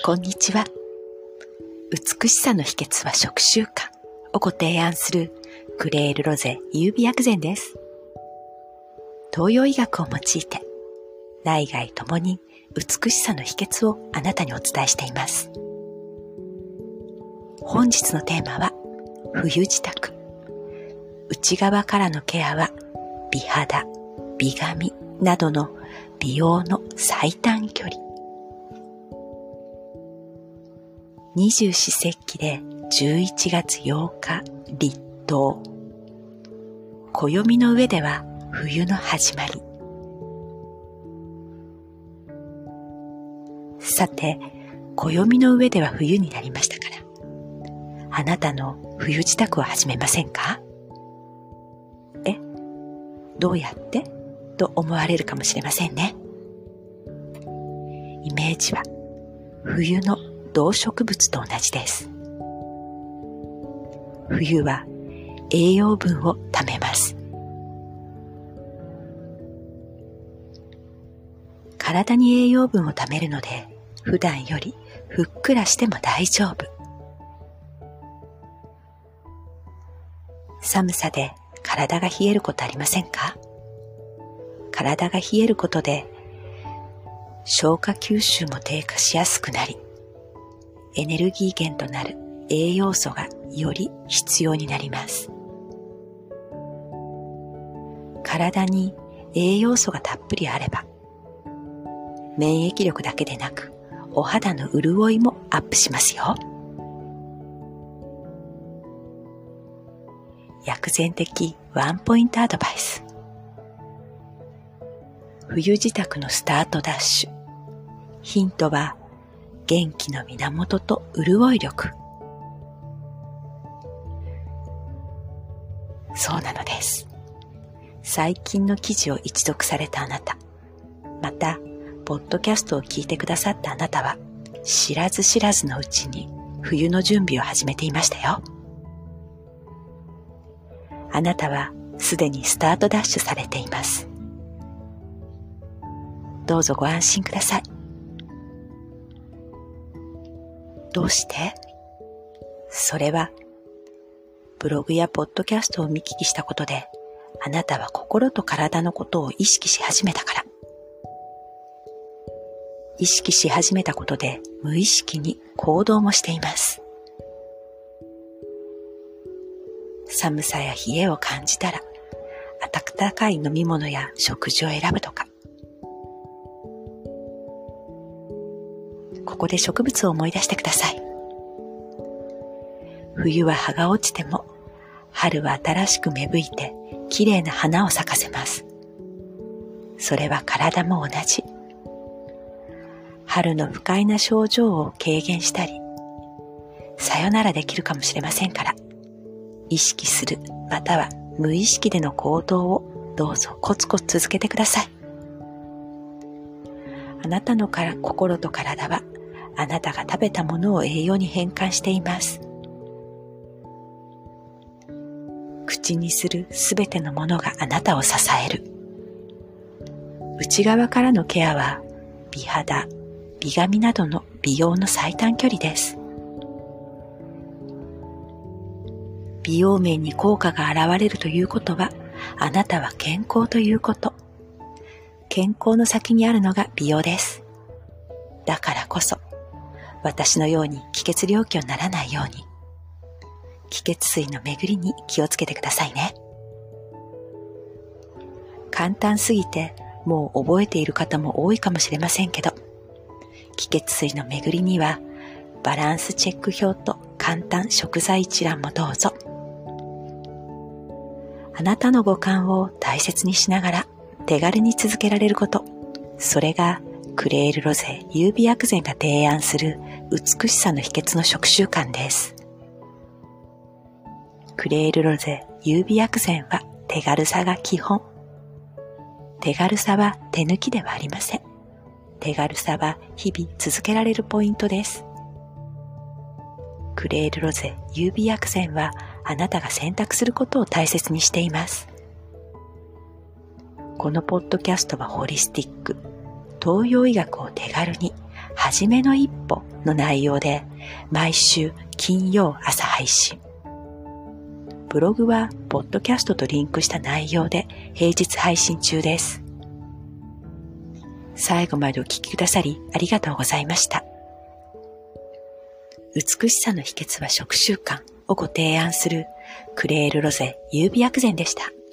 こんにちは。美しさの秘訣は食習慣をご提案するクレールロゼ優美薬膳です。東洋医学を用いて内外ともに美しさの秘訣をあなたにお伝えしています。本日のテーマは冬支度。内側からのケアは美肌、美髪などの美容の最短距離。二十四節気で11月8日立冬。暦の上では冬の始まり。さて、暦の上では冬になりましたから、あなたの冬支度を始めませんか？どうやってと思われるかもしれませんね。イメージは冬の動植物と同じです。冬は栄養分をためます。体に栄養分をためるので、普段よりふっくらしても大丈夫。寒さで体が冷えることありませんか？体が冷えることで消化吸収も低下しやすくなり、エネルギー源となる栄養素がより必要になります。体に栄養素がたっぷりあれば、免疫力だけでなく、お肌の潤いもアップしますよ。薬膳的ワンポイントアドバイス。冬支度のスタートダッシュ。ヒントは元気の源と潤い力。そうなのです。最近の記事を一読されたあなた、またポッドキャストを聞いてくださったあなたは、知らず知らずのうちに冬の準備を始めていましたよ。あなたはすでにスタートダッシュされています。どうぞご安心ください。どうして？それはブログやポッドキャストを見聞きしたことで、あなたは心と体のことを意識し始めたから。意識し始めたことで無意識に行動もしています。寒さや冷えを感じたら、温かい飲み物や食事を選ぶとか。ここで植物を思い出してください。冬は葉が落ちても、春は新しく芽吹いて綺麗な花を咲かせます。それは体も同じ。春の不快な症状を軽減したり、さよならできるかもしれませんから、意識するまたは無意識での行動をどうぞコツコツ続けてください。あなたの心と体は、あなたが食べたものを栄養に変換しています。口にするすべてのものがあなたを支える。内側からのケアは美肌、美髪などの美容の最短距離です。美容面に効果が現れるということは、あなたは健康ということ。健康の先にあるのが美容です。だからこそ、私のように気血両虚にならないように、気血水の巡りに気をつけてくださいね。簡単すぎてもう覚えている方も多いかもしれませんけど、気血水の巡りにはバランスチェック表と簡単食材一覧もどうぞ。あなたの五感を大切にしながら手軽に続けられること、それがクレールロゼ優美薬膳が提案する美しさの秘訣の食習慣です。クレールロゼ優美薬膳は手軽さが基本。手軽さは手抜きではありません。手軽さは日々続けられるポイントです。クレールロゼ優美薬膳はあなたが選択することを大切にしています。このポッドキャストはホリスティック、東洋医学を手軽に、は初めの一歩の内容で毎週金曜朝配信。ブログはポッドキャストとリンクした内容で平日配信中です。最後までお聞きくださりありがとうございました。美しさの秘訣は食習慣をご提案するクレールロゼ優美薬膳でした。